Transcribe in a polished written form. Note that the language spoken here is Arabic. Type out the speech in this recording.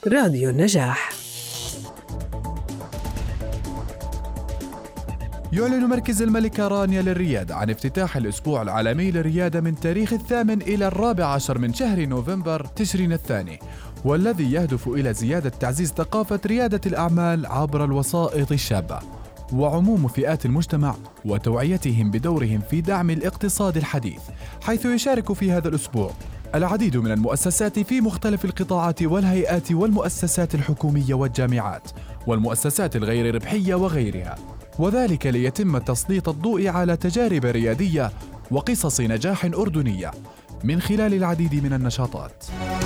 راديو النجاح. يعلن مركز الملكة رانيا للريادة عن افتتاح الأسبوع العالمي للريادة من تاريخ 8 إلى 14 من شهر نوفمبر تشرين الثاني، والذي يهدف إلى زيادة تعزيز ثقافة ريادة الأعمال عبر الوسائط الشابة وعموم فئات المجتمع وتوعيتهم بدورهم في دعم الاقتصاد الحديث، حيث يشارك في هذا الأسبوع العديد من المؤسسات في مختلف القطاعات والهيئات والمؤسسات الحكومية والجامعات والمؤسسات الغير ربحية وغيرها، وذلك ليتم تسليط الضوء على تجارب ريادية وقصص نجاح أردنية من خلال العديد من النشاطات.